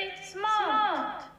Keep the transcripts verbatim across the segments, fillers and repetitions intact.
Smart.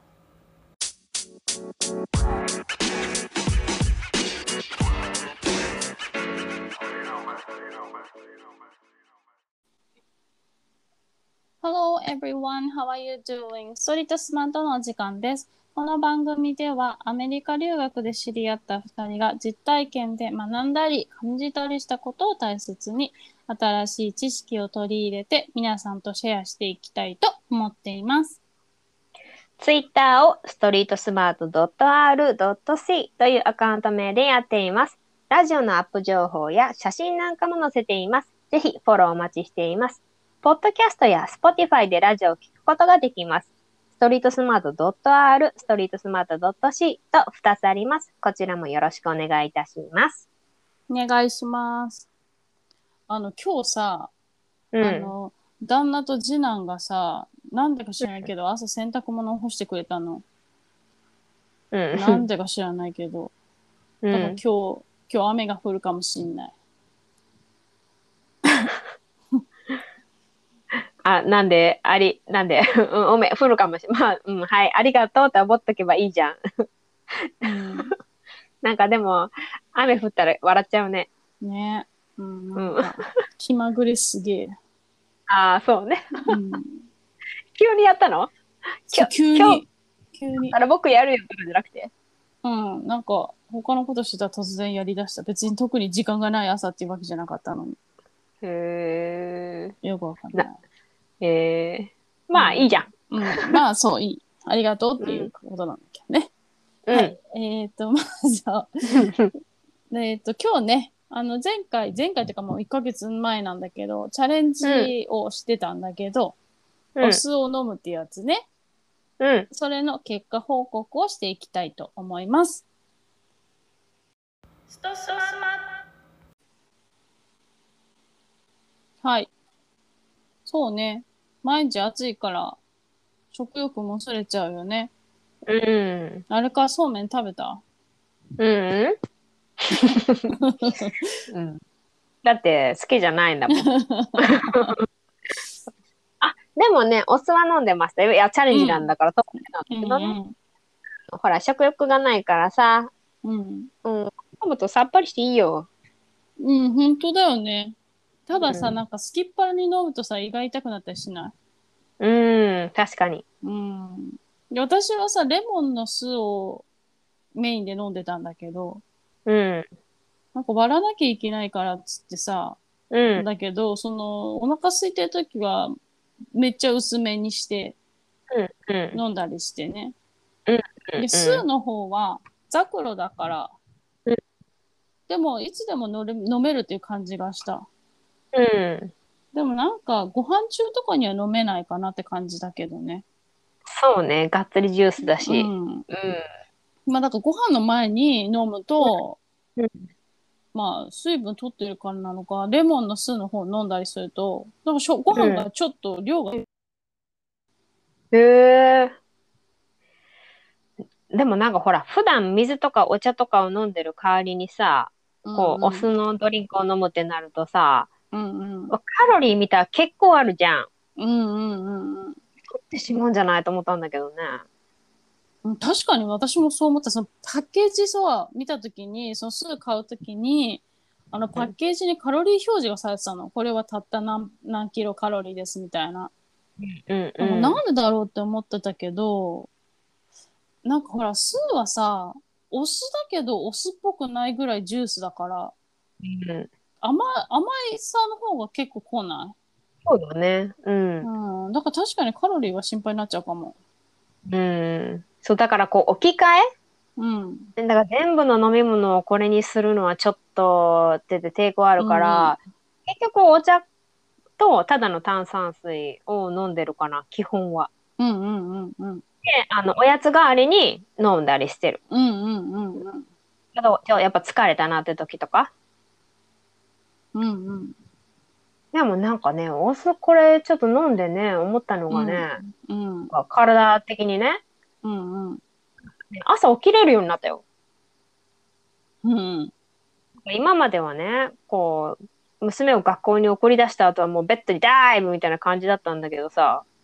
Hello everyone, how are you doing? ストリートスマートのお時間です。この番組ではアメリカ留学で知り合ったふたりが実体験で学んだり感じたりしたことを大切に新しい知識を取り入れて皆さんとシェアしていきたいと思っています。 ツイッターをストリートスマート ドット アール ドット シー というアカウント名でやっています。ラジオのアップ情報や写真なんかも載せています。ぜひフォローお待ちしています。ポッドキャストや Spotify でラジオを聞くことができます。ストリートスマート ドット アール、ストリートスマート ドット シー とふたつあります。こちらもよろしくお願いいたします。 お願いします。あの、今日さ、 うん、 あの、旦那と次男がさ、なんでか知らないけど、朝洗濯物を干してくれたの。 うん、 なんでか知らないけど。 うん、 だから今日、今日雨が降るかもしんない。 あ、なんで、あり、なんで、うん、おめ、降るかもしれん。まあ、うん、はい、ありがとうって思っとけばいいじゃん。 うん。 なんかでも、雨降ったら笑っちゃうね。 ね。うん、 うなんんか、気まぐれすげえ。 ああ、そうね。 うん。 急にやったのそう、 今日、今日急に、急に。 から僕やるよとかじゃなくて。 うん、なんか、他のことしてたら突然やりだした。別に特に時間がない朝っていうわけじゃなかったのに。 へえ。 よくわかんなな、 い。 へえ。 うん。 まあいいじゃん。 うん。まあ、そう、いい。ありがとうっていううん。 ことなんだけどね。 うん。 はい。えっと、まずは、えっと、今日ね、あの、前回、前回っていうかもういっかげつまえなんだけど、チャレンうん。 ジをしてたんだけど、 うん。 お酢を飲むってやつね。 うん。 それの結果報告をしていきたいと思います。 ストスマはい。そうね。毎日暑いから食欲も薄れちゃうよね。 うん。 あれか、そうめん食べた？ うん。うん。だって好きじゃないんだもん。あ、でもね、お酢は飲んでましたよ。いや、チャレンジなんうん。 だからそうなんうだけどね。 んほら、食欲がないからさ、 うん。うん。 うん、飲むとさっぱりしていいよ。 うん、本当だよね。たださ、 うん。 なんかすきっ腹に飲むとさ、胃が痛くなったりしない？ うん、確かに。 うん。で、私はさ、レモンの酢をメインで飲んでたんだけど、 うん。 なんか割らなきゃいけないからっつってさ、 うん。 だけど、その、お腹空いてる時は、めっちゃ薄めにしてうん。うん。 飲んだりしてね。 うん。 で、 うん。 酢の方は、ザクロだから、 うん。 でも、いつでも飲れ飲めるっていう感じがした。 うん。 でもなんか、ご飯中とかには飲めないかなって感じだけどね。 そうね、がっつりジュースだうし。 ん。 うん。 まあ、だからご飯の前に飲むと、 うん。 まあ、水分取ってるからなのか、レモンの酢の方飲んだりすると、なんかしょごうん。 飯がちょっと量が、 へえ。でもなんかほら、普段水とかお茶とかを飲んでる代わりにさ、 うこう、おんうん。 酢のドリンクを飲むってなるとさ、 うんうん。 カロリー見たら結構あるじゃん。 うんうんうんうん。 取ってしまうんじゃないと思ったんだけどね。 うん、確かに私もそう思った。そのパッケージさ、見たときに、そのすぐ買うときに、あのパッうん。 ケージにカロリー表示がされてたの。これはたった何、何キロカロリーですみたいな。 うんなんかなうんでだろうって思ってたけど、なんかほら、酢はさ、お酢だけどお酢っぽくないぐらいジュースだから、 ん。うん。 甘い、甘いさの方が結構来なそうだね。うい？ ん。 うん。だから確かにカロリーは心配になっちゃうかも。 うん。そう、だからこう、置き換うん。 えだから全部の飲み物をこれにするのはちょっとってて抵抗あるかうんうん。 ら、結局お茶とただの炭酸水を飲んでるかな、基本は。 うんうんうんうん。 で、あの、おやつ代わりに飲んだりしてる。 うんうんうんうん。 けど、ちょ、やっぱ疲れたなって時とか。 うんうん。 でもなんかね、お酢これちょっと飲んでね、思ったのがうん、 ね、 うん、 体的にね、 うん、うん、 朝起きれるようになったよ。 うん、 今まではね、こう、娘を学校に送り出した後はもうベッドにダイブみたいな感じだったんだけどさ、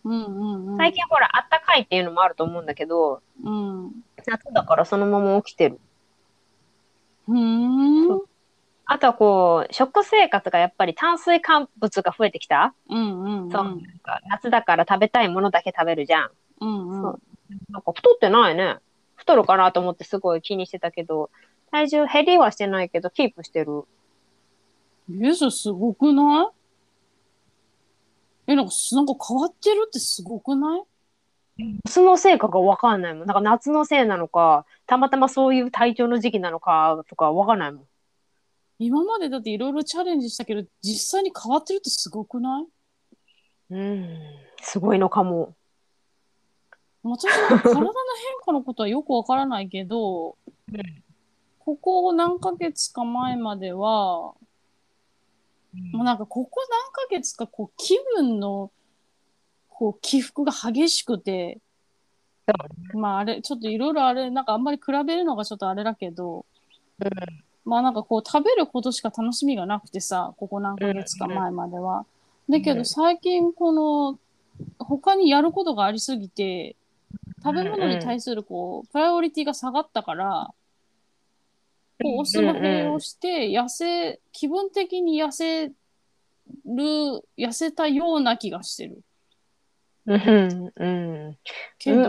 うんうんうん。 最近ほら、あったかいっていうのもあると思うんだけど、 うん。 夏だからそのまま起きてる。 ふーそう。 ん。 あとはこう、食生活がやっぱり炭水化物が増えてきた。 うんうそう、 んうん。 なんか夏だから食べたいものだけ食べるじゃん。 うんうん。 そう。なんか太ってないね。太るかなと思ってすごい気にしてたけど、体重減りはしてないけど、キープしてる。 え、それすごくない？え、なんかす、なんか変わってるってすごくない？ 夏のせいかがわかんないもん。なんか夏のせいなのか、たまたまそういう体調の時期なのかとかわかんないもん。 今までだっていろいろチャレンジしたけど、実際に変わってるってすごくない？ うん、すごいのかも。 私なんか体の変化のことはよくわからないけど、ここ何ヶ月か前までは、もうなんかここ何ヶ月かこう気分のこう起伏が激しくて、まああれ、ちょっといろいろあれ、なんかあんまり比べるのがちょっとあれだけど、まあなんかこう食べることしか楽しみがなくてさ、ここ何うん、うヶん、 月か前までは。だけどうん、 最近この他にやることがありすぎて、 う食べ物にん、 対するこう、プライオリティが下がったから、こうおうん、 酢の併用うして、痩せ、気分的に痩せる、痩せたような気がしてる。 ん、うん、うん、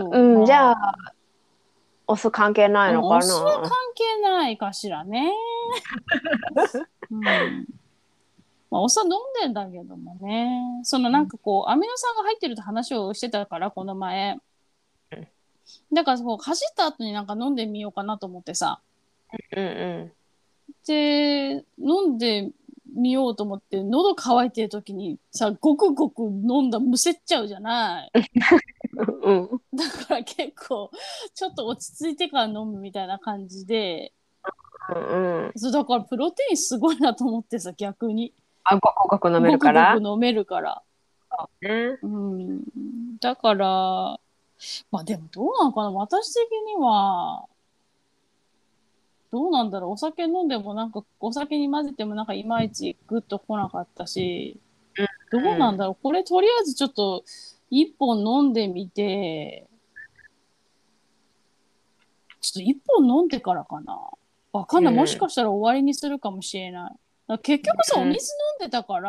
けど、 うん、じゃあ、 まあ、 お酢関係なうん、 いのかお酢は関な。 係ないかしらね。うん。まあ、お酢は飲んでんだけどもね。そのなんかこう、アミノ酸が入ってるって話をしてたから、この前。だからこう、走った後になんか飲んでみようかなと思ってさ。 うん、うで、飲んでみようと思って、喉乾いてる時にさ、ごくごく飲んだむせっちゃうじゃない。 ん、うん、 だから結構、ちょっと落ち着いてから飲むみたいな感じで、 うん、うん。 そうだからプロテインすごいなと思ってさ、逆に。 あ、ごくごく飲めごくるから。 ごく飲めるから。 ね。 うん。だから、まあでもどうなのかな、私的には、どうなんだろう。お酒飲んでもなんか、お酒に混ぜてもなんかいまいちグッと来なかったし、どううん、 なんだろう。これとりあえずちょっと一本飲んでみて、ちょっと一本飲んでからかな。わかんない。もしうん、 かしたら終わりにするかもしれない。だから結局さ、おうん、 水飲んでたから、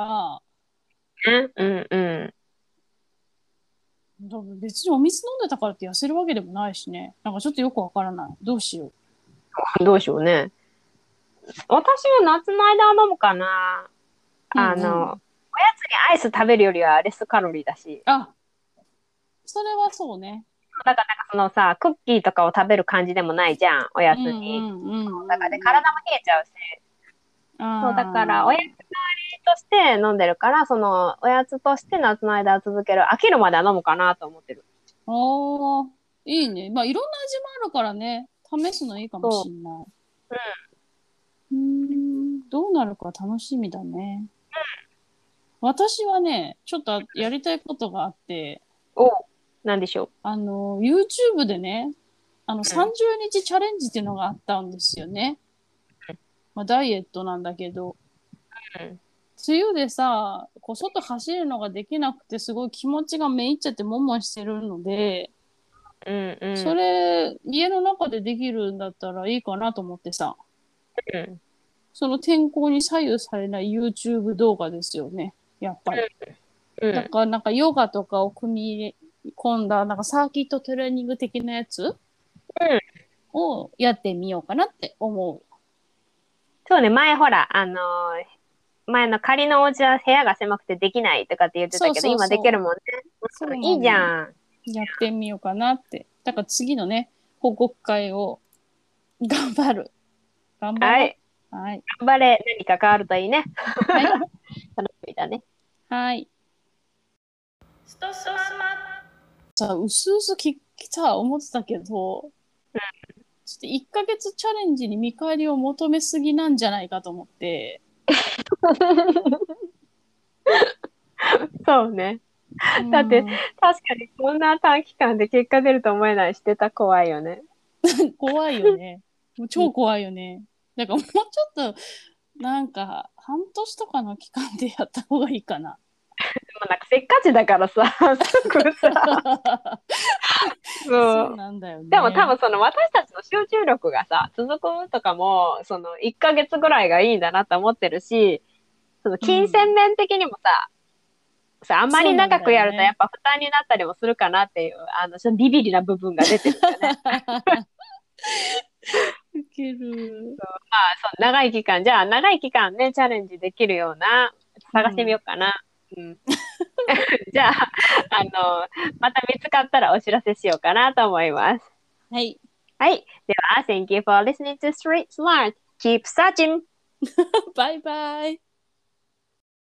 ね、うん、うだから別にお水飲んでたからって痩せるわけでもないしね。なんかちょっとよくわからない。どうしよう。 ん。どうしようね。私は夏の間は飲むかな。 うんあの、おやうん。 つにアイス食べるよりはレスカロリーだし。 あ、それはそうね。 だからなんかそのさ、クッキーとかを食べる感じでもないじゃん、おうんうやつに。 んうんそうだからで、 うんうん。 体も冷えちゃうし。そう、だから、おやつあ代わりとして飲んでるから、その、おやつとして夏の間は続ける。飽きるまでは飲むかなと思ってる。 あ、ああ、いいね。まあいろんな味もあるからね。試すのいいかもそしんない。 う。 うーん、どうなるか楽しみだね。私はね、ちょっとやりたいことがあって、 うん。お、なんでしょあの、YouTube でね、あの、 う。うん。 さんじゅうにちチャレンジっていうのがあったんですよね。まあ、ダイエットなんだけど、 うん。 梅雨でさ、こう、外走るのができなくて、すごい気持ちがめいっちゃってもんもんしてるので、 うん。 そうん。 れ、家の中でできるんだったらいいかなと思ってさ、 うん。 その天候に左右されない YouTube 動画ですよね。やっぱり。 うん。 だからなんかヨガとかを組み入れ込んだ、なんかサーキットトレーニング的なやつうん。 をやってみようかなって思う。 そうね、前ほら、あのー前の仮のお家は部屋が狭くてできないとかって言ってたそうけど、今できそうそるもんね。 う。そううん、いいじなの。 ゃん。 やってみようかなって。だから次のね、報告会を頑張る。頑張ろはい。 う。はい。 頑張れ。何か変わるといいね。 はい。 楽しみだね。 はい。ストスマさ、うすうすき、さ、思ってたけど、ちょっといっかげつチャレンジに見返りを求めすぎなんじゃないかと思って、 そうね。 うだって、 ん、 確かにこんな短期間で結果出ると思えないしてた怖いよね。 怖いよね。もううん、 超怖いよね。だからもうちょっと、なんか、半年とかの期間でやった方がいいかな。 もなんかせっかちだからさ、すぐさ、そそうう。 なんだよね。 でも多分その私たちの集中力がさ、続くとかも、そのいっかげつぐらいがいいんだなと思ってるし、その金銭面的にもさ、さ、あんまりそうなん長くやだよね。 るとやっぱ負担になったりもするかなっていう、あの、そのビビリな部分が出てるんだよね。 ウケる。 まあ、そう、長い期間、じゃあ長い期間ね、チャレンジできるような、探してみうん。 ようかな。うん。じゃあ、あの、また見つかったらお知らせしようかなと思います。 はい。 はい。では、Thank you for listening to Street Smart. Keep searching! バイバイ。